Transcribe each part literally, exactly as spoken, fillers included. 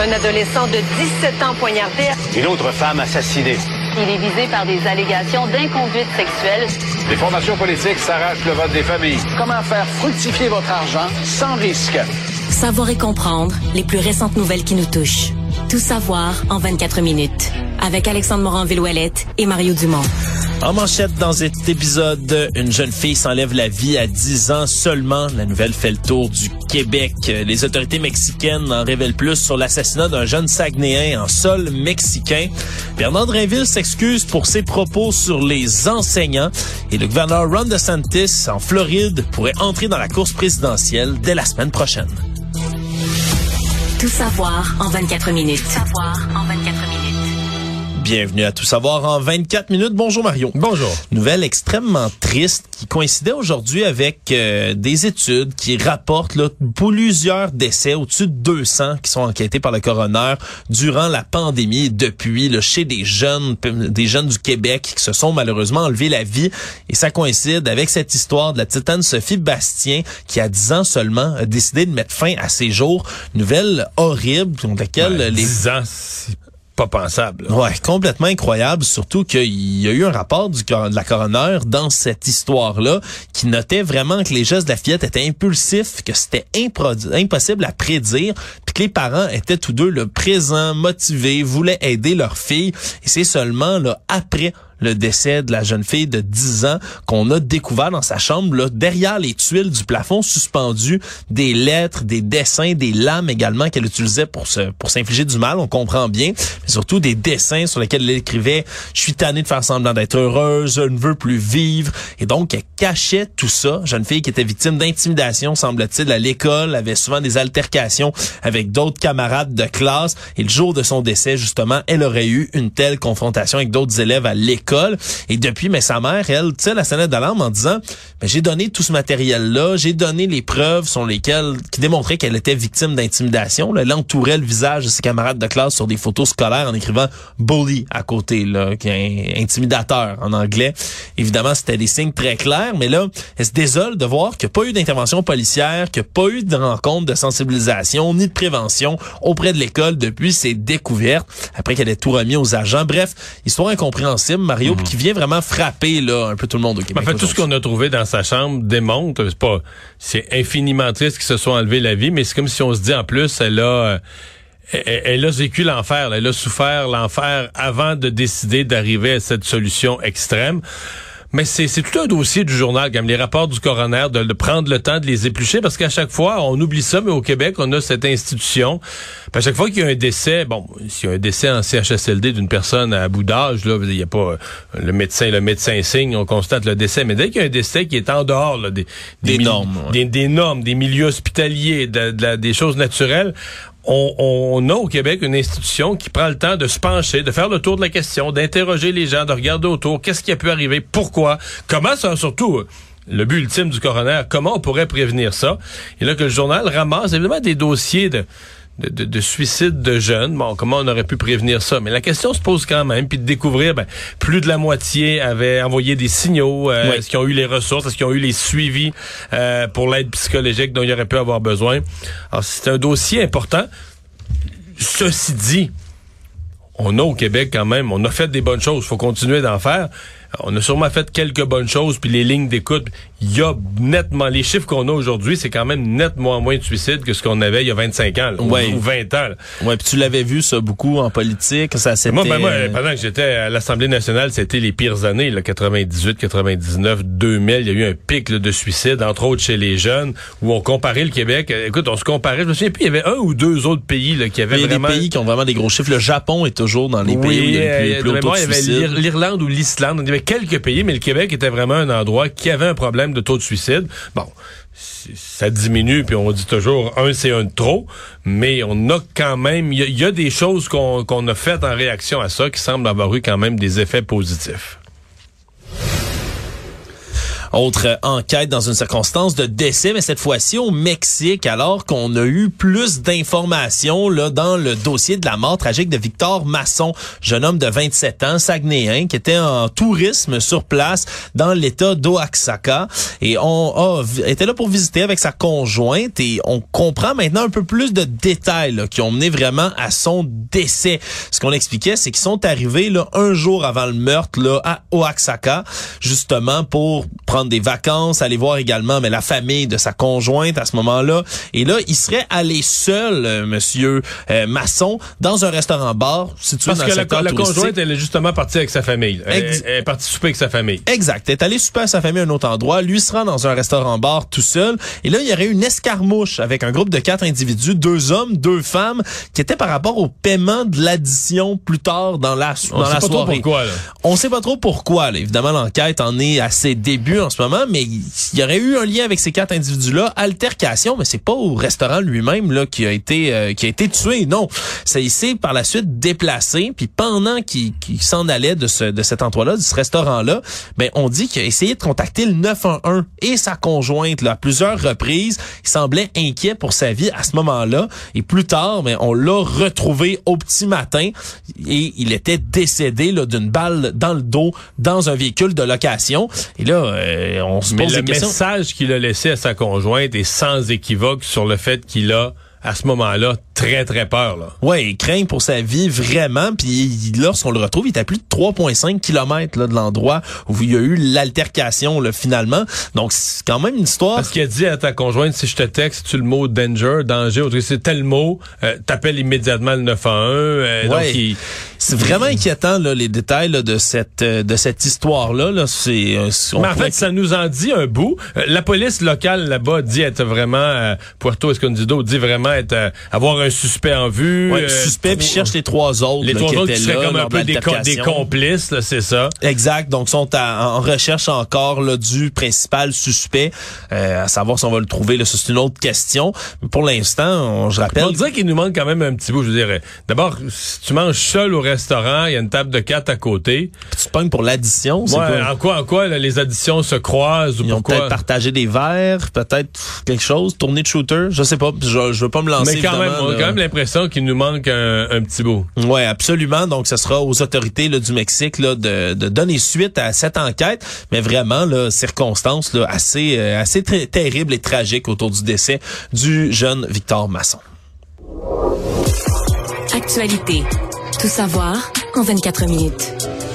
Un adolescent de dix-sept ans poignardé. Une autre femme assassinée. Il est visé par des allégations d'inconduite sexuelle. Les formations politiques s'arrachent le vote des familles. Comment faire fructifier votre argent sans risque? Savoir et comprendre les plus récentes nouvelles qui nous touchent. Tout savoir en vingt-quatre minutes. Avec Alexandre Morin-Villouellette et Mario Dumont. En manchette dans cet épisode, une jeune fille s'enlève la vie à dix ans seulement. La nouvelle fait le tour du Québec. Les autorités mexicaines en révèlent plus sur l'assassinat d'un jeune Saguenéen en sol mexicain. Bernard Drinville s'excuse pour ses propos sur les enseignants. Et le gouverneur Ron DeSantis en Floride pourrait entrer dans la course présidentielle dès la semaine prochaine. Tout savoir en vingt-quatre minutes. Tout savoir en vingt-quatre minutes. Bienvenue à Tout savoir en vingt-quatre minutes. Bonjour Mario. Bonjour. Nouvelle extrêmement triste qui coïncidait aujourd'hui avec euh, des études qui rapportent là, plusieurs décès, au-dessus de deux cents qui sont enquêtés par le coroner durant la pandémie, depuis là, chez des jeunes, des jeunes du Québec qui se sont malheureusement enlevés la vie. Et ça coïncide avec cette histoire de la petite Anne-Sophie Bastien qui, à dix ans seulement, a décidé de mettre fin à ses jours. Nouvelle horrible, contre laquelle ouais, les... dix ans, c'est pas pensable. Ouais, complètement incroyable, surtout qu'il y a eu un rapport du, de la coroner dans cette histoire-là qui notait vraiment que les gestes de la fillette étaient impulsifs, que c'était impro- impossible à prédire, puis que les parents étaient tous deux là, présents, motivés, voulaient aider leur fille. Et c'est seulement là après le décès de la jeune fille de dix ans qu'on a découvert dans sa chambre, là, derrière les tuiles du plafond suspendues, des lettres, des dessins, des lames également qu'elle utilisait pour se, pour s'infliger du mal, on comprend bien, mais surtout des dessins sur lesquels elle écrivait « Je suis tannée de faire semblant d'être heureuse, je ne veux plus vivre ». Et donc, elle cachait tout ça. Jeune fille qui était victime d'intimidation, semble-t-il, à l'école, avait souvent des altercations avec d'autres camarades de classe. Et le jour de son décès, justement, elle aurait eu une telle confrontation avec d'autres élèves à l'école. Et depuis, mais sa mère, elle, tire la sonnette d'alarme en disant, ben, j'ai donné tout ce matériel-là, j'ai donné les preuves sur lesquelles, qui démontraient qu'elle était victime d'intimidation. Là, elle entourait le visage de ses camarades de classe sur des photos scolaires en écrivant bully à côté, là, qui est un intimidateur en anglais. Évidemment, c'était des signes très clairs, mais là, elle se désole de voir qu'il n'y a pas eu d'intervention policière, qu'il n'y a pas eu de rencontre de sensibilisation, ni de prévention auprès de l'école depuis ses découvertes, après qu'elle ait tout remis aux agents. Bref, histoire incompréhensible, Mario, mm-hmm. qui vient vraiment frapper là un peu tout le monde au Québec. En fait, tout ce qu'on a trouvé dans sa chambre démontre, c'est pas, c'est infiniment triste qu'ils se soient enlevés la vie, mais c'est comme si on se dit en plus, elle a, elle, elle a vécu l'enfer, là, elle a souffert l'enfer avant de décider d'arriver à cette solution extrême. Mais c'est, c'est tout un dossier du journal, comme les rapports du coroner, de, de prendre le temps de les éplucher, parce qu'à chaque fois, on oublie ça, mais au Québec, on a cette institution. Puis à chaque fois qu'il y a un décès, bon, s'il y a un décès en C H S L D d'une personne à bout d'âge, là, il y a pas le médecin, le médecin signe, on constate le décès. Mais dès qu'il y a un décès qui est en dehors là, des, des, des normes, ouais. des, des normes, des milieux hospitaliers, de, de la, des choses naturelles, On, on a au Québec une institution qui prend le temps de se pencher, de faire le tour de la question, d'interroger les gens, de regarder autour, qu'est-ce qui a pu arriver, pourquoi, comment ça, surtout, le but ultime du coroner, comment on pourrait prévenir ça. Et là que le journal ramasse évidemment des dossiers de De, de, de suicide de jeunes. Bon, comment on aurait pu prévenir ça? Mais la question se pose quand même, puis de découvrir, ben, plus de la moitié avaient envoyé des signaux. Euh, oui. Est-ce qu'ils ont eu les ressources? Est-ce qu'ils ont eu les suivis euh, pour l'aide psychologique dont ils auraient pu avoir besoin? Alors, c'est un dossier important. Ceci dit, on a au Québec quand même, on a fait des bonnes choses. Il faut continuer d'en faire. On a sûrement fait quelques bonnes choses, puis les lignes d'écoute, il y a nettement, les chiffres qu'on a aujourd'hui, c'est quand même nettement moins de suicides que ce qu'on avait il y a vingt-cinq ans, là, ouais. ou vingt ans. Là. Ouais, puis tu l'avais vu ça beaucoup en politique, ça c'était... Moi, ben, moi pendant que j'étais à l'Assemblée nationale, c'était les pires années, là, quatre-vingt-dix-huit, quatre-vingt-dix-neuf, deux mille, il y a eu un pic là, de suicides, entre autres chez les jeunes, où on comparait le Québec. Écoute, on se comparait, je me souviens plus, il y avait un ou deux autres pays là, qui avaient il y a vraiment... des pays qui ont vraiment des gros chiffres. Le Japon est toujours dans les oui, pays où il y a le plus, plus haut taux de suicide. Il y avait l'Irlande ou l'Islande, il y avait quelques pays, mais le Québec était vraiment un endroit qui avait un problème de taux de suicide. Bon, ça diminue, puis on dit toujours un, c'est un de trop, mais on a quand même, il y, y a des choses qu'on, qu'on a faites en réaction à ça qui semblent avoir eu quand même des effets positifs. Autre enquête dans une circonstance de décès, mais cette fois-ci au Mexique, alors qu'on a eu plus d'informations là dans le dossier de la mort tragique de Victor Masson, jeune homme de vingt-sept ans, saguenéen, qui était en tourisme sur place dans l'état d'Oaxaca. Et on a, était là pour visiter avec sa conjointe et on comprend maintenant un peu plus de détails là, qui ont mené vraiment à son décès. Ce qu'on expliquait, c'est qu'ils sont arrivés là, un jour avant le meurtre là, à Oaxaca, justement pour prendre des vacances, aller voir également mais la famille de sa conjointe à ce moment-là. Et là, il serait allé seul, euh, monsieur euh, Masson, dans un restaurant-bar situé Parce dans que le la, secteur la touristique. conjointe, elle est justement partie avec sa famille. Elle, Ex- elle est partie souper avec sa famille. Exact. Elle est allé souper à sa famille à un autre endroit. Lui se rend dans un restaurant-bar tout seul. Et là, il y aurait eu une escarmouche avec un groupe de quatre individus, deux hommes, deux femmes, qui étaient par rapport au paiement de l'addition plus tard dans la, On dans sait la pas soirée. trop pourquoi, là. On sait pas trop pourquoi. Là. Évidemment, l'enquête en est à ses débuts en ce moment, mais il y aurait eu un lien avec ces quatre individus-là. Altercation, mais c'est pas au restaurant lui-même là qui a été euh, qui a été tué. Non, ça il s'est par la suite déplacé. Puis pendant qu'il, qu'il s'en allait de ce de cet endroit-là, de ce restaurant-là, ben on dit qu'il a essayé de contacter le neuf un un et sa conjointe là, à plusieurs reprises. Il semblait inquiet pour sa vie à ce moment-là. Et plus tard, ben on l'a retrouvé au petit matin et il était décédé là d'une balle dans le dos dans un véhicule de location. Et là, euh, on se Mais pose le des questions. message qu'il a laissé à sa conjointe est sans équivoque sur le fait qu'il a, à ce moment-là, très, très peur, là. Ouais, il craint pour sa vie vraiment. Puis lorsqu'on le retrouve, il est à plus de trois virgule cinq kilomètres là, de l'endroit où il y a eu l'altercation là, finalement. Donc, c'est quand même une histoire. Parce qu'il a dit à ta conjointe, si je te texte, tu le mot danger, danger, ou c'est tel mot, euh, t'appelles immédiatement le neuf un un. Euh, Ouais. donc il, C'est vraiment inquiétant là, les détails là, de cette euh, de cette histoire-là. Là. C'est, euh, on Mais en pourrait- fait, ça nous en dit un bout. Euh, la police locale là-bas dit être vraiment, euh, Puerto Escondido dit vraiment être euh, avoir un suspect en vue. Ouais, euh, suspect, puis cherche les trois autres les là, trois qui autres étaient qui seraient là comme un lors de peu des, com- des l'altercation. complices, là, c'est ça. Exact. Donc, sont à- en recherche encore là, du principal suspect. Euh, à savoir si on va le trouver, là, ça, c'est une autre question. Mais pour l'instant, on, je rappelle... On dirait qu'il nous manque quand même un petit bout. Je veux dire, euh, d'abord, si tu manges seul au restaurant, il y a une table de quatre à côté. Tu te pognes pour l'addition, c'est Ouais, quoi? en quoi, en quoi là, les additions se croisent ou Ils ont pourquoi? peut-être partagé des verres, peut-être quelque chose, tourné de shooter, je sais pas. Je, je veux pas me lancer, Mais quand même, évidemment, on a là. quand même l'impression qu'il nous manque un, un petit bout. Ouais, absolument. Donc, ce sera aux autorités là, du Mexique là, de, de donner suite à cette enquête. Mais vraiment, là, circonstances là, assez, euh, assez très terribles et tragiques autour du décès du jeune Victor Masson. Actualité. Tout savoir en vingt-quatre minutes.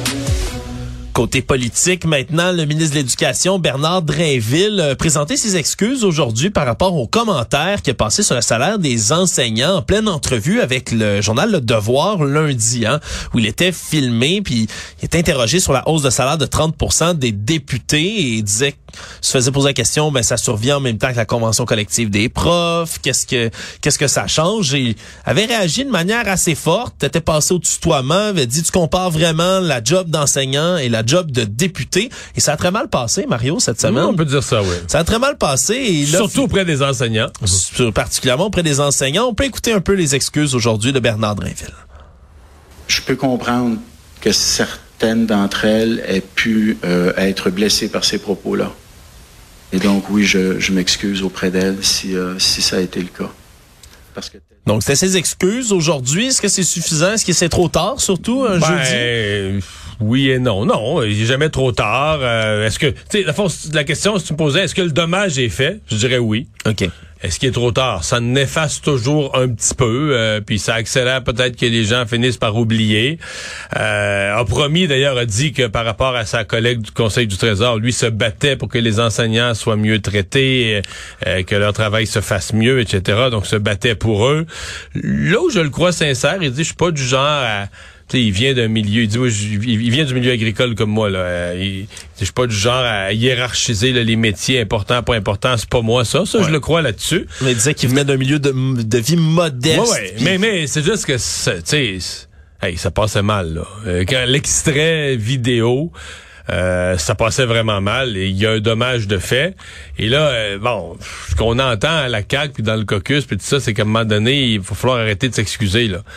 Côté politique, maintenant, le ministre de l'Éducation, Bernard Drinville, a présenté ses excuses aujourd'hui par rapport aux commentaires qu'il a passé sur le salaire des enseignants en pleine entrevue avec le journal Le Devoir lundi, hein, où il était filmé, puis il était interrogé sur la hausse de salaire de trente pour cent des députés et il disait, se faisait poser la question, ben ça survient en même temps que la convention collective des profs, qu'est-ce que qu'est-ce que ça change? Et il avait réagi de manière assez forte, était passé au tutoiement, avait dit, tu compares vraiment la job d'enseignant et la job de député, et ça a très mal passé, Mario, cette semaine. Oui, on peut dire ça, oui. Ça a très mal passé. Et là, Surtout auprès des enseignants. sur- particulièrement auprès des enseignants. On peut écouter un peu les excuses aujourd'hui de Bernard Drinville. Je peux comprendre que certaines d'entre elles aient pu euh, être blessées par ces propos-là. Et donc, oui, je, je m'excuse auprès d'elles si, euh, si ça a été le cas. Parce que... Donc, c'était ses excuses aujourd'hui. Est-ce que c'est suffisant? Est-ce que c'est trop tard, surtout, un jeudi? Ben, oui et non. Non, il est jamais trop tard. Euh, est-ce que, tu sais, la, la question, si tu me posais, est-ce que le dommage est fait? Je dirais oui. OK. Est-ce qu'il est trop tard? Ça n'efface toujours un petit peu, euh, puis ça accélère peut-être que les gens finissent par oublier. Euh, a promis, d'ailleurs, a dit que par rapport à sa collègue du Conseil du Trésor, lui se battait pour que les enseignants soient mieux traités, euh, que leur travail se fasse mieux, et cetera. Donc, se battait pour eux. Là où je le crois sincère, il dit, je suis pas du genre à... T'sais, il vient d'un milieu, il dit, moi, je, il vient du milieu agricole comme moi, là. Euh, il, je suis pas du genre à hiérarchiser là, les métiers importants, pas importants, c'est pas moi ça. Ça, Ouais. je le crois là-dessus. Mais il disait qu'il venait d'un milieu de, de vie modeste. Ouais, ouais. puis- Mais, mais c'est juste que, tu sais, hey, ça passait mal, là. Euh, quand l'extrait vidéo, euh, ça passait vraiment mal et il y a un dommage de fait. Et là, euh, bon, ce qu'on entend à la C A Q puis dans le caucus puis tout ça, c'est qu'à un moment donné, il va falloir arrêter de s'excuser, là.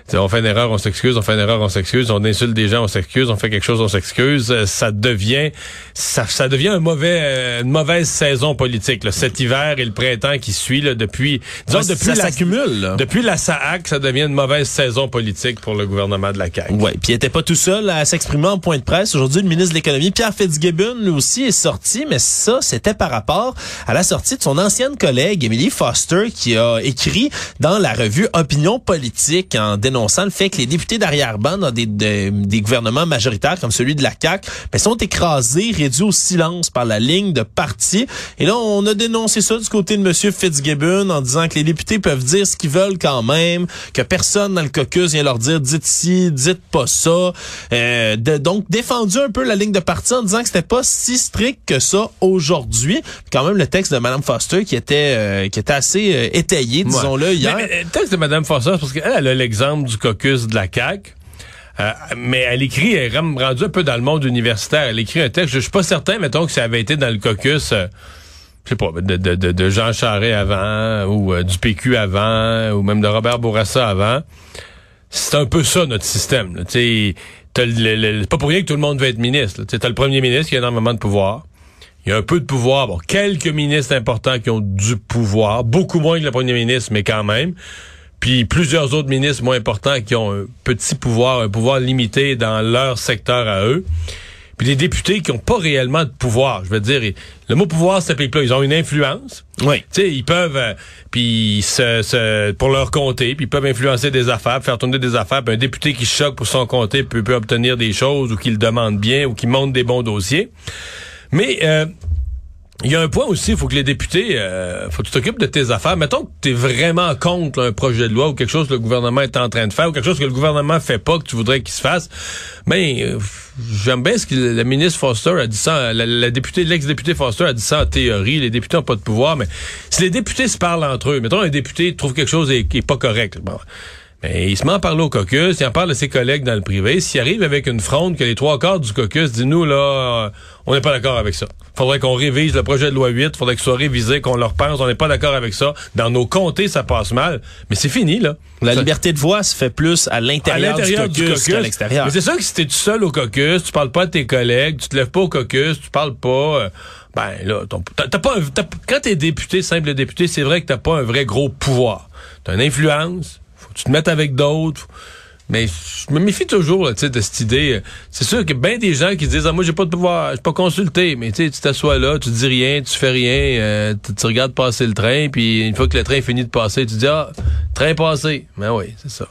T'sais, on fait une erreur, on s'excuse, on fait une erreur, on s'excuse, on insulte des gens, on s'excuse, on fait quelque chose, on s'excuse. Euh, ça devient, ça, ça devient un mauvais, euh, une mauvaise saison politique. Là. Cet hiver et le printemps qui suit, là, depuis, disons, ouais, depuis ça la, s'accumule. Là. Depuis la S A A C, ça devient une mauvaise saison politique pour le gouvernement de la C A Q. Ouais, puis il était pas tout seul à s'exprimer en point de presse. Aujourd'hui, le ministre de l'Économie, Pierre Fitzgibbon, lui aussi est sorti, mais ça, c'était par rapport à la sortie de son ancienne collègue, Emily Foster, qui a écrit dans la revue Opinion politique en dénonçant le fait que les députés d'arrière-ban dans des, de, des gouvernements majoritaires comme celui de la C A Q ben, sont écrasés, réduits au silence par la ligne de parti. Et là, on a dénoncé ça du côté de M. Fitzgibbon en disant que les députés peuvent dire ce qu'ils veulent quand même, que personne dans le caucus vient leur dire « dites ci, dites pas ça euh, ». Donc, défendu un peu la ligne de parti en disant que c'était pas si strict que ça aujourd'hui. Quand même, le texte de Mme Foster qui était euh, qui était assez euh, étayé, disons-le, ouais. hier. Mais, le texte de Mme Foster, parce qu'elle elle a l'exemple du caucus de la C A Q, euh, mais elle écrit, elle est rendue un peu dans le monde universitaire. Elle écrit un texte, je suis pas certain, mettons, que ça avait été dans le caucus... Euh, je sais pas, de, de, de, de Jean Charest avant, ou euh, du P Q avant, ou même de Robert Bourassa avant. C'est un peu ça, notre système. Là. T'sais, t'as le, le, c'est pas pour rien que tout le monde veut être ministre. T'as le premier ministre qui a énormément de pouvoir. Il y a un peu de pouvoir. Bon, quelques ministres importants qui ont du pouvoir. Beaucoup moins que le premier ministre, mais quand même. Puis plusieurs autres ministres moins importants qui ont un petit pouvoir, un pouvoir limité dans leur secteur à eux. Puis les députés qui ont pas réellement de pouvoir, je veux dire, le mot pouvoir s'applique là, ils ont une influence. Oui. Tu sais, ils peuvent, euh, puis se, se, pour leur comté, puis ils peuvent influencer des affaires, faire tourner des affaires. Puis un député qui choque pour son comté peut, peut obtenir des choses ou qui le demande bien ou qui monte des bons dossiers. Mais euh, il y a un point aussi, il faut que les députés, euh, faut que tu t'occupes de tes affaires. Mettons que tu es vraiment contre là, un projet de loi ou quelque chose que le gouvernement est en train de faire ou quelque chose que le gouvernement fait pas, que tu voudrais qu'il se fasse. Ben, euh, j'aime bien ce que la ministre Foster a dit ça, la, la députée, l'ex-députée Foster a dit ça en théorie. Les députés n'ont pas de pouvoir, mais si les députés se parlent entre eux, mettons un député trouve quelque chose qui est pas correct, bon. Mais il se met à parler au caucus, il en parle à ses collègues dans le privé. S'il arrive avec une fronde que les trois quarts du caucus disent, nous, là, on n'est pas d'accord avec ça. Faudrait qu'on révise le projet de loi huit, faudrait qu'il soit révisé, qu'on le repense, on n'est pas d'accord avec ça. Dans nos comtés, ça passe mal. Mais c'est fini, là. La ça... liberté de voix se fait plus à l'intérieur, à l'intérieur du, caucus du caucus qu'à l'extérieur. Mais c'est sûr que si t'es tout seul au caucus, tu parles pas à tes collègues, tu te lèves pas au caucus, tu parles pas... Euh, ben là, t'as, t'as pas un, t'as, quand t'es député, simple député, c'est vrai que t'as pas un vrai gros pouvoir. T'as une influence... tu te mettes avec d'autres. Mais je me méfie toujours là, de cette idée. C'est sûr qu'il y a bien des gens qui disent ah, « moi, j'ai pas de pouvoir, j'ai pas consulté. » Mais tu t'assois là, tu dis rien, tu fais rien, euh, tu, tu regardes passer le train, puis une fois que le train finit de passer, tu dis « Ah, train passé. » Ben oui, c'est ça.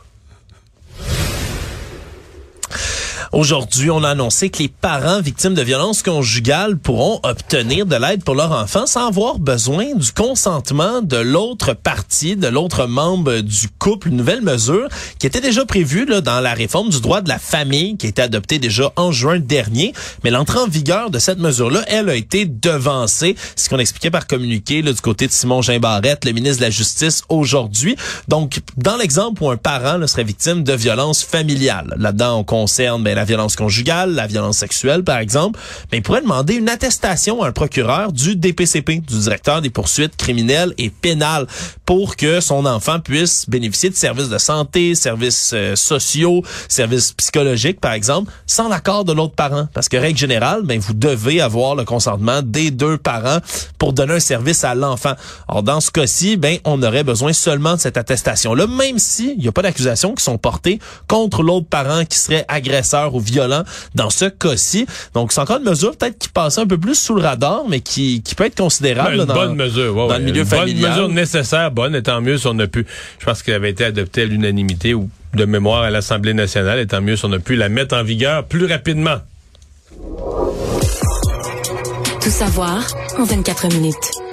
Aujourd'hui, on a annoncé que les parents victimes de violences conjugales pourront obtenir de l'aide pour leur enfant sans avoir besoin du consentement de l'autre partie, de l'autre membre du couple. Une nouvelle mesure qui était déjà prévue là, dans la réforme du droit de la famille qui a été adoptée déjà en juin dernier. Mais l'entrée en vigueur de cette mesure-là, elle a été devancée. C'est ce qu'on expliquait par communiqué là, du côté de Simon-Jean Barrette, le ministre de la Justice, aujourd'hui. Donc, dans l'exemple où un parent là, serait victime de violences familiales, là-dedans, on concerne ben, la violence conjugale, la violence sexuelle, par exemple, mais il pourrait demander une attestation à un procureur du D P C P, du directeur des poursuites criminelles et pénales, pour que son enfant puisse bénéficier de services de santé, services euh, sociaux, services psychologiques, par exemple, sans l'accord de l'autre parent. Parce que, règle générale, ben, vous devez avoir le consentement des deux parents pour donner un service à l'enfant. Or, dans ce cas-ci, ben, on aurait besoin seulement de cette attestation-là, même s'il n'y a pas d'accusations qui sont portées contre l'autre parent qui serait agresseur ou violent dans ce cas-ci. Donc, c'est encore une mesure peut-être qui passe un peu plus sous le radar, mais qui, qui peut être considérable ben, là, une dans, bonne mesure, ouais, dans ouais, le milieu une familial. Bonne mesure nécessaire, bonne, et tant mieux si on a pu... Je pense qu'elle avait été adoptée à l'unanimité ou de mémoire à l'Assemblée nationale, et tant mieux si on a pu la mettre en vigueur plus rapidement. Tout savoir en vingt-quatre minutes.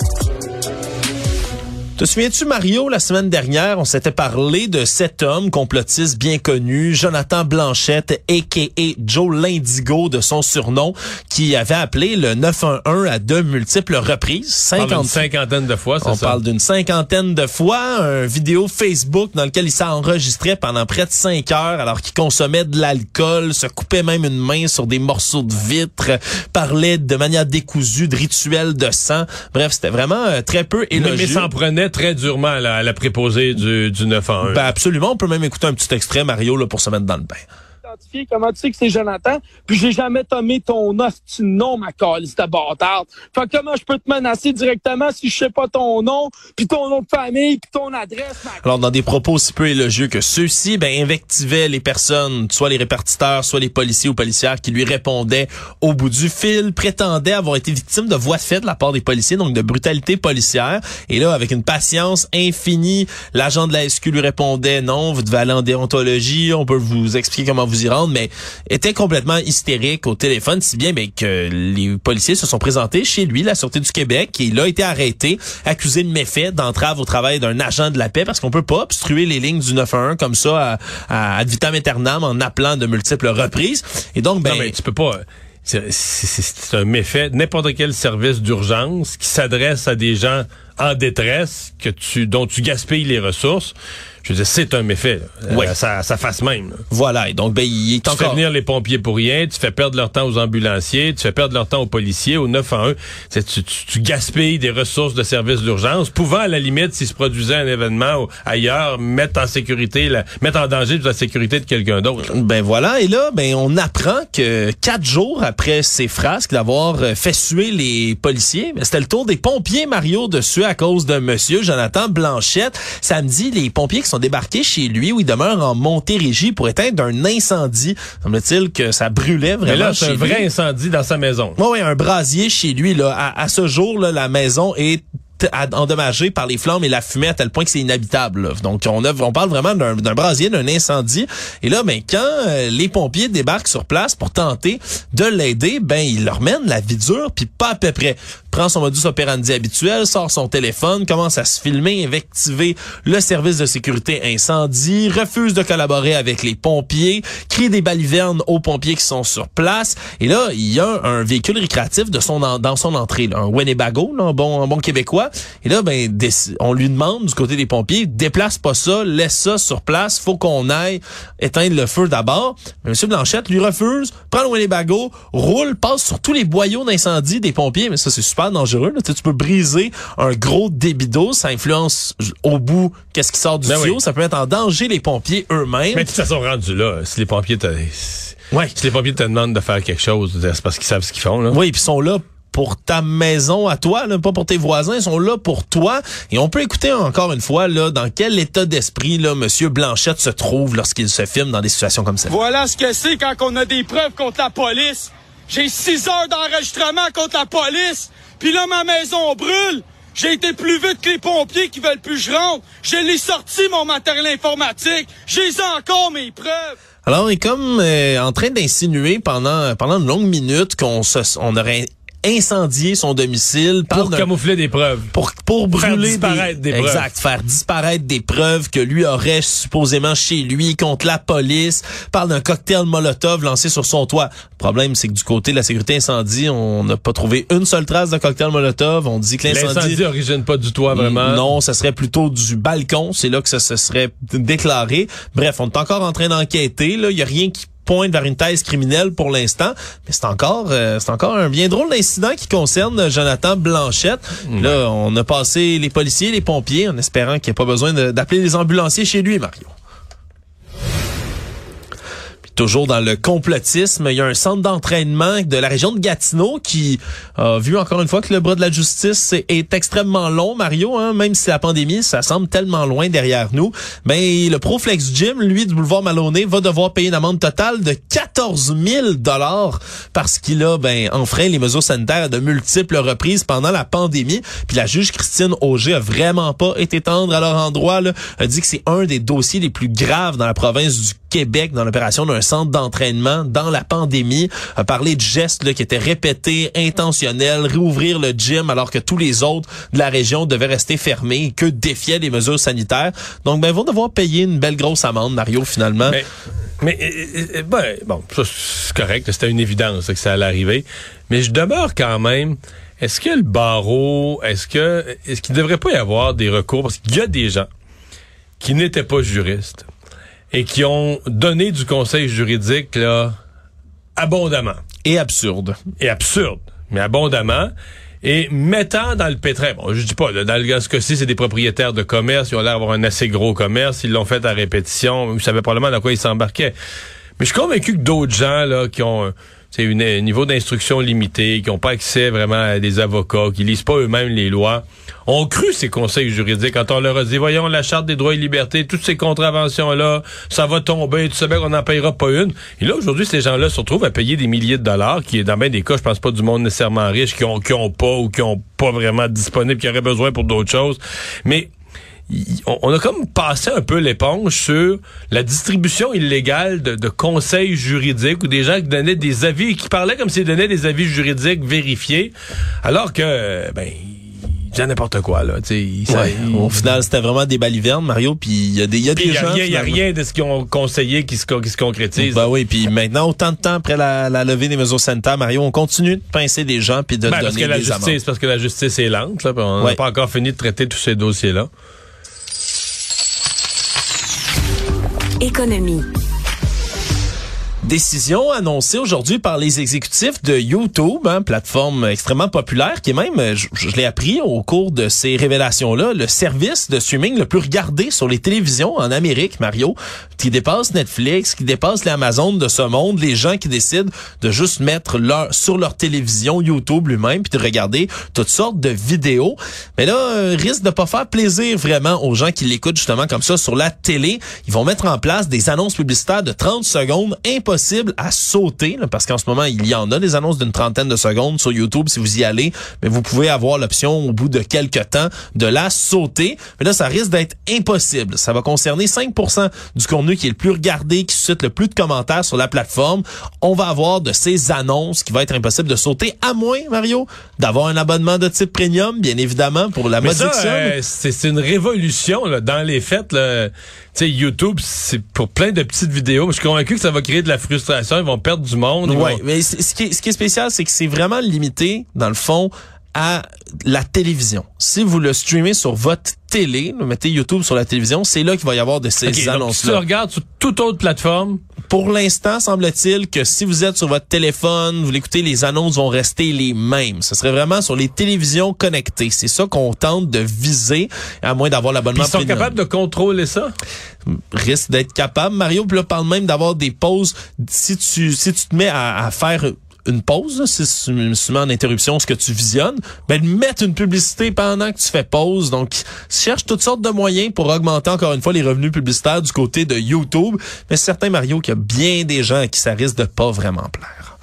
Te souviens-tu, Mario, la semaine dernière, on s'était parlé de cet homme complotiste bien connu, Jonathan Blanchette, a k a. Joe l'Indigo de son surnom, qui avait appelé le neuf un un à de multiples reprises. cinquante... On parle d'une cinquantaine de fois, c'est on ça? On parle d'une cinquantaine de fois. Un vidéo Facebook dans lequel il s'enregistrait pendant près de cinq heures alors qu'il consommait de l'alcool, se coupait même une main sur des morceaux de vitre, parlait de manière décousue de rituels de sang. Bref, c'était vraiment euh, très peu élogieux. Mais s'en prenait disait très durement là, à la préposée du, du neuf un un. Ben absolument, on peut même écouter un petit extrait, Mario, là, pour se mettre dans le bain. Comment tu sais que c'est Jonathan? Puis j'ai jamais tombé ton hostie de nom, ma calisse de bâtard. Fait que comment je peux te menacer directement si je sais pas ton nom, puis ton nom de famille, puis ton adresse? Ma... Alors, dans des propos si peu élogieux que ceux-ci, ben, invectivaient les personnes, soit les répartiteurs, soit les policiers ou policières qui lui répondaient au bout du fil, prétendaient avoir été victimes de voies de fait de la part des policiers, donc de brutalité policière. Et là, avec une patience infinie, l'agent de la S Q lui répondait, non, vous devez aller en déontologie, on peut vous expliquer comment vous y rendre, mais était complètement hystérique au téléphone, si bien ben, que les policiers se sont présentés chez lui, la Sûreté du Québec, et il a été arrêté, accusé de méfait, d'entrave au travail d'un agent de la paix, parce qu'on peut pas obstruer les lignes du neuf un un comme ça à, à ad vitam aeternam en appelant de multiples reprises. Et donc, ben, non, mais tu peux pas... C'est, c'est, c'est un méfait. N'importe quel service d'urgence qui s'adresse à des gens en détresse, que tu, dont tu gaspilles les ressources, je veux dire, c'est un méfait. Ouais. Euh, ça, ça fasse même. Là. Voilà. Et donc, ben, il est tu encore... fais venir les pompiers pour rien, tu fais perdre leur temps aux ambulanciers, tu fais perdre leur temps aux policiers, au neuf un un. C'est, tu, tu, tu gaspilles des ressources de services d'urgence, pouvant, à la limite, s'il se produisait un événement ailleurs, mettre en sécurité, la, mettre en danger la sécurité de quelqu'un d'autre. Ben voilà. Et là, ben, on apprend que quatre jours après ces frasques d'avoir fait suer les policiers, ben, c'était le tour des pompiers, Mario, de suer à cause de monsieur Jonathan Blanchette. Samedi, les pompiers qui sont débarqués chez lui où il demeure en Montérégie pour éteindre un incendie. Semble-t-il que ça brûlait vraiment. Mais là, c'est chez un vrai lui. Incendie dans sa maison. Oui, oui, un brasier chez lui. Là. À, à ce jour, là, la maison est endommagé par les flammes et la fumée à tel point que c'est inhabitable. Là. Donc, on, a, on parle vraiment d'un, d'un brasier, d'un incendie. Et là, ben, quand euh, les pompiers débarquent sur place pour tenter de l'aider, ben, ils leur mènent la vie dure, puis pas à peu près. Prend son modus operandi habituel, sort son téléphone, commence à se filmer, invectiver le service de sécurité incendie, refuse de collaborer avec les pompiers, crie des balivernes aux pompiers qui sont sur place. Et là, il y a un véhicule récréatif de son en, dans son entrée, là, un Winnebago, là, un bon, un bon québécois. Et là, ben, des, on lui demande du côté des pompiers, déplace pas ça, laisse ça sur place, faut qu'on aille éteindre le feu d'abord. Mais M. Blanchette lui refuse, prend le Winnebago, roule, passe sur tous les boyaux d'incendie des pompiers, mais ça, c'est super dangereux. Là. Tu, tu peux briser un gros débit d'eau, ça influence au bout qu'est-ce qui sort du ben tuyau, oui. ça peut mettre en danger les pompiers eux-mêmes. Mais de toute façon, rendu là, si les pompiers te, ouais. si les pompiers te demandent de faire quelque chose, c'est parce qu'ils savent ce qu'ils font. Là. Oui, puis ils sont là pour ta maison à toi, là, pas pour tes voisins, ils sont là pour toi. Et on peut écouter encore une fois là dans quel état d'esprit là Monsieur Blanchette se trouve lorsqu'il se filme dans des situations comme ça. Voilà ce que c'est quand on a des preuves contre la police. J'ai six heures d'enregistrement contre la police, puis là ma maison brûle. J'ai été plus vite que les pompiers qui veulent plus que je rentre. Je l'ai sorti mon matériel informatique. J'ai encore mes preuves. Alors, il est comme euh, en train d'insinuer pendant pendant une longue minute qu'on se on aurait incendier son domicile pour camoufler des preuves, pour pour brûler faire disparaître des, des preuves. Exact, faire disparaître des preuves que lui aurait supposément chez lui contre la police. Parle d'un cocktail Molotov lancé sur son toit. Le problème, c'est que du côté de la sécurité incendie, on n'a pas trouvé une seule trace de cocktail Molotov. On dit que l'incendie l'incendie origine pas du toit vraiment. Non, ça serait plutôt du balcon. C'est là que ça se serait déclaré. Bref, on est encore en train d'enquêter. Là, il y a rien qui pointe vers une thèse criminelle pour l'instant, mais c'est encore euh, c'est encore un bien drôle d'incident qui concerne Jonathan Blanchette. Ouais. Là, on a passé les policiers, les pompiers, en espérant qu'il n'y ait pas besoin de, d'appeler les ambulanciers chez lui, Mario. Toujours dans le complotisme, il y a un centre d'entraînement de la région de Gatineau qui a vu encore une fois que le bras de la justice est, est extrêmement long, Mario, hein, même si la pandémie, ça semble tellement loin derrière nous. Ben, le ProFlex Gym, lui, du boulevard Maloney, va devoir payer une amende totale de quatorze mille dollars parce qu'il a ben enfreint les mesures sanitaires à de multiples reprises pendant la pandémie. Puis la juge Christine Auger a vraiment pas été tendre à leur endroit, là, a dit que c'est un des dossiers les plus graves dans la province du Québec dans l'opération d'un centre d'entraînement dans la pandémie, a parlé de gestes là, qui étaient répétés, intentionnels, réouvrir le gym alors que tous les autres de la région devaient rester fermés et que défiaient les mesures sanitaires. Donc, ben, ils vont devoir payer une belle grosse amende, Mario, finalement. Mais, mais euh, ben, bon, ça, c'est correct, c'était une évidence que ça allait arriver, mais je demeure quand même, est-ce que le barreau, est-ce que, est-ce qu'il devrait pas y avoir des recours, parce qu'il y a des gens qui n'étaient pas juristes, et qui ont donné du conseil juridique là abondamment. Et absurde. Et absurde, mais abondamment. et mettant dans le pétrin, bon, je dis pas, là, dans le ce cas-ci, c'est des propriétaires de commerce, ils ont l'air d'avoir un assez gros commerce, ils l'ont fait à répétition, vous savez probablement dans quoi ils s'embarquaient. Mais je suis convaincu que d'autres gens, là, qui ont, c'est un niveau d'instruction limité, qui n'ont pas accès vraiment à des avocats, qui lisent pas eux-mêmes les lois, ont cru ces conseils juridiques quand on leur a dit, voyons, la Charte des droits et libertés, toutes ces contraventions-là, ça va tomber, tu sais bien qu'on n'en payera pas une. Et là, aujourd'hui, ces gens-là se retrouvent à payer des milliers de dollars, qui est dans bien des cas, je pense pas du monde nécessairement riche, qui ont, qui ont pas ou qui ont pas vraiment disponible, qui auraient besoin pour d'autres choses. Mais on a comme passé un peu l'éponge sur la distribution illégale de, de conseils juridiques ou des gens qui donnaient des avis, qui parlaient comme s'ils donnaient des avis juridiques vérifiés, alors que, ben, ils disaient n'importe quoi, là. Ils, ça, ouais, ils... Au final, c'était vraiment des balivernes, Mario, puis il y a des, y a des y a gens... Il n'y a rien de ce qu'ils ont conseillé qui se, qui se concrétise. Ben oui, puis maintenant, autant de temps après la, la levée des mesures sanitaires, Mario, on continue de pincer des gens puis de ben, donner parce que la des justice, amendes. Parce que la justice est lente, là, on n'a ouais. pas encore fini de traiter tous ces dossiers-là. Économie. Décision annoncée aujourd'hui par les exécutifs de YouTube, hein, plateforme extrêmement populaire, qui est même, je, je l'ai appris au cours de ces révélations-là, le service de streaming le plus regardé sur les télévisions en Amérique, Mario, qui dépasse Netflix, qui dépasse les Amazon de ce monde, les gens qui décident de juste mettre leur, sur leur télévision YouTube lui-même, puis de regarder toutes sortes de vidéos. Mais là, euh, risque de pas faire plaisir vraiment aux gens qui l'écoutent justement comme ça sur la télé. Ils vont mettre en place des annonces publicitaires de trente secondes impossibles possible à sauter, là, parce qu'en ce moment, il y en a des annonces d'une trentaine de secondes sur YouTube si vous y allez, mais vous pouvez avoir l'option au bout de quelques temps de la sauter. Mais là, ça risque d'être impossible. Ça va concerner cinq pour cent du contenu qui est le plus regardé, qui suscite le plus de commentaires sur la plateforme. On va avoir de ces annonces qui va être impossible de sauter, à moins, Mario, d'avoir un abonnement de type premium, bien évidemment, pour la modique somme. Euh, c'est, c'est une révolution, là, dans les faits, là. Tu sais, YouTube, c'est pour plein de petites vidéos. Je suis convaincu que ça va créer de la frustration. Ils vont perdre du monde. Oui, vont... mais ce qui, est, ce qui est spécial, c'est que c'est vraiment limité, dans le fond, à la télévision. Si vous le streamez sur votre télé, vous mettez YouTube sur la télévision, c'est là qu'il va y avoir de ces okay, annonces-là. Donc, si tu regardes sur toute autre plateforme... Pour l'instant, semble-t-il que si vous êtes sur votre téléphone, vous l'écoutez, les annonces vont rester les mêmes. Ce serait vraiment sur les télévisions connectées. C'est ça qu'on tente de viser, à moins d'avoir l'abonnement. Ils sont premium. capables de contrôler ça? Risque d'être capable. Mario, puis là, parle même d'avoir des pauses. Si tu, si tu te mets à, à faire une pause, là, si tu mets en interruption ce que tu visionnes, ben mettre une publicité pendant que tu fais pause. Donc, cherche toutes sortes de moyens pour augmenter encore une fois les revenus publicitaires du côté de YouTube. Mais c'est certain, Mario, qu'il y a bien des gens à qui ça risque de pas vraiment plaire.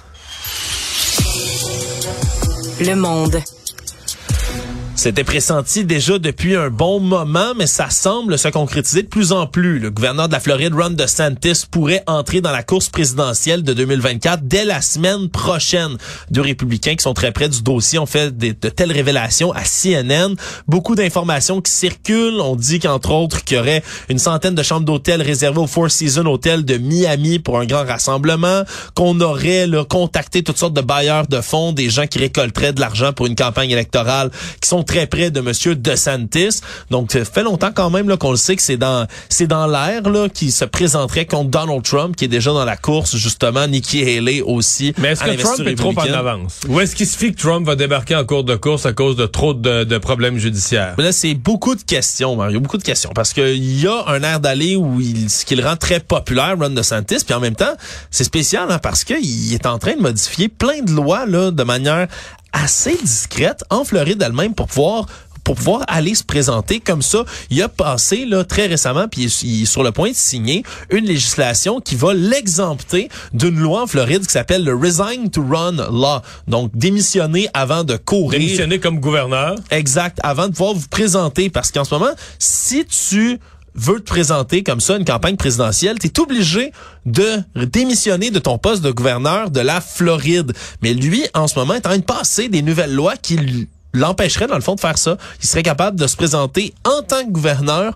Le Monde. C'était pressenti déjà depuis un bon moment, mais ça semble se concrétiser de plus en plus. Le gouverneur de la Floride, Ron DeSantis, pourrait entrer dans la course présidentielle de deux mille vingt-quatre dès la semaine prochaine. Deux républicains qui sont très près du dossier ont fait de, de telles révélations à C N N. Beaucoup d'informations qui circulent. On dit qu'entre autres, qu'il y aurait une centaine de chambres d'hôtel réservées au Four Seasons Hotel de Miami pour un grand rassemblement, qu'on aurait là, contacté toutes sortes de bailleurs de fonds, des gens qui récolteraient de l'argent pour une campagne électorale, qui sont très près de Monsieur DeSantis. Donc, ça fait longtemps quand même là qu'on le sait que c'est dans c'est dans l'air là qui se présenterait contre Donald Trump, qui est déjà dans la course, justement, Nikki Haley aussi. Mais est-ce que Trump est trop en avance? Ou est-ce qu'il suffit que Trump va débarquer en cours de course à cause de trop de, de problèmes judiciaires? Mais là, c'est beaucoup de questions, Mario, beaucoup de questions. Parce que il y a un air d'aller où il, ce qui le rend très populaire, Ron DeSantis, puis en même temps, c'est spécial hein, parce qu'il est en train de modifier plein de lois là de manière assez discrète en Floride elle-même pour pouvoir pour pouvoir aller se présenter comme ça. Il a passé là très récemment, puis il, il est sur le point de signer une législation qui va l'exempter d'une loi en Floride qui s'appelle le Resign to Run Law. Donc, démissionner avant de courir. Démissionner comme gouverneur. Exact, avant de pouvoir vous présenter. Parce qu'en ce moment, si tu veut te présenter comme ça une campagne présidentielle, t'es obligé de démissionner de ton poste de gouverneur de la Floride. Mais lui, en ce moment, est en train de passer des nouvelles lois qui l'empêcheraient, dans le fond, de faire ça. Il serait capable de se présenter en tant que gouverneur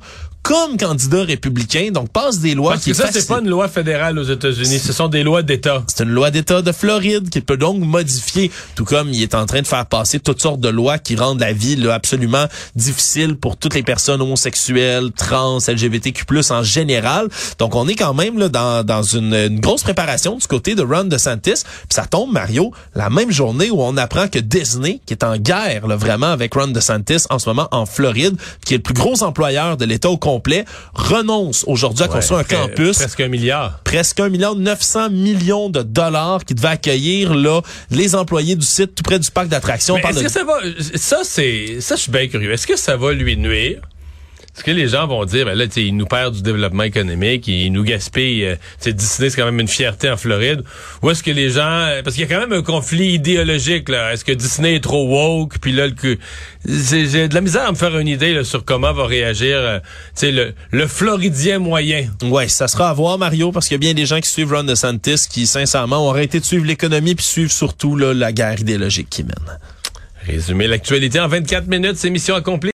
comme candidat républicain, donc passe des lois Parce qui que ça, facilitent. c'est pas une loi fédérale aux États-Unis, ce sont des lois d'État. C'est une loi d'État de Floride qui peut donc modifier, tout comme il est en train de faire passer toutes sortes de lois qui rendent la vie là, absolument difficile pour toutes les personnes homosexuelles, trans, L G B T Q plus, en général. Donc, on est quand même là, dans, dans une, une grosse préparation du côté de Ron DeSantis. Puis ça tombe, Mario, la même journée où on apprend que Disney, qui est en guerre là, vraiment avec Ron DeSantis en ce moment en Floride, qui est le plus gros employeur de l'État au complet, renonce aujourd'hui à Ouais, construire un près, campus. Presque un milliard. Presque un milliard neuf cents millions de dollars qui devait accueillir là les employés du site tout près du parc d'attractions. Mais est-ce de... que ça va... Ça, c'est... Ça, je suis bien curieux. Est-ce que ça va lui nuire? Est-ce que les gens vont dire, ben là, tu sais, il nous perd du développement économique, il nous gaspille, euh, tu sais, Disney, c'est quand même une fierté en Floride. Ou est-ce que les gens, parce qu'il y a quand même un conflit idéologique, là. Est-ce que Disney est trop woke? Puis là, le, j'ai de la misère à me faire une idée, là, sur comment va réagir, euh, tu sais, le, le Floridien moyen. Ouais, ça sera à voir, Mario, parce qu'il y a bien des gens qui suivent Ron DeSantis qui, sincèrement, ont arrêté de suivre l'économie puis suivent surtout, là, la guerre idéologique qui mène. Résumer l'actualité en vingt-quatre minutes, c'est mission accomplie.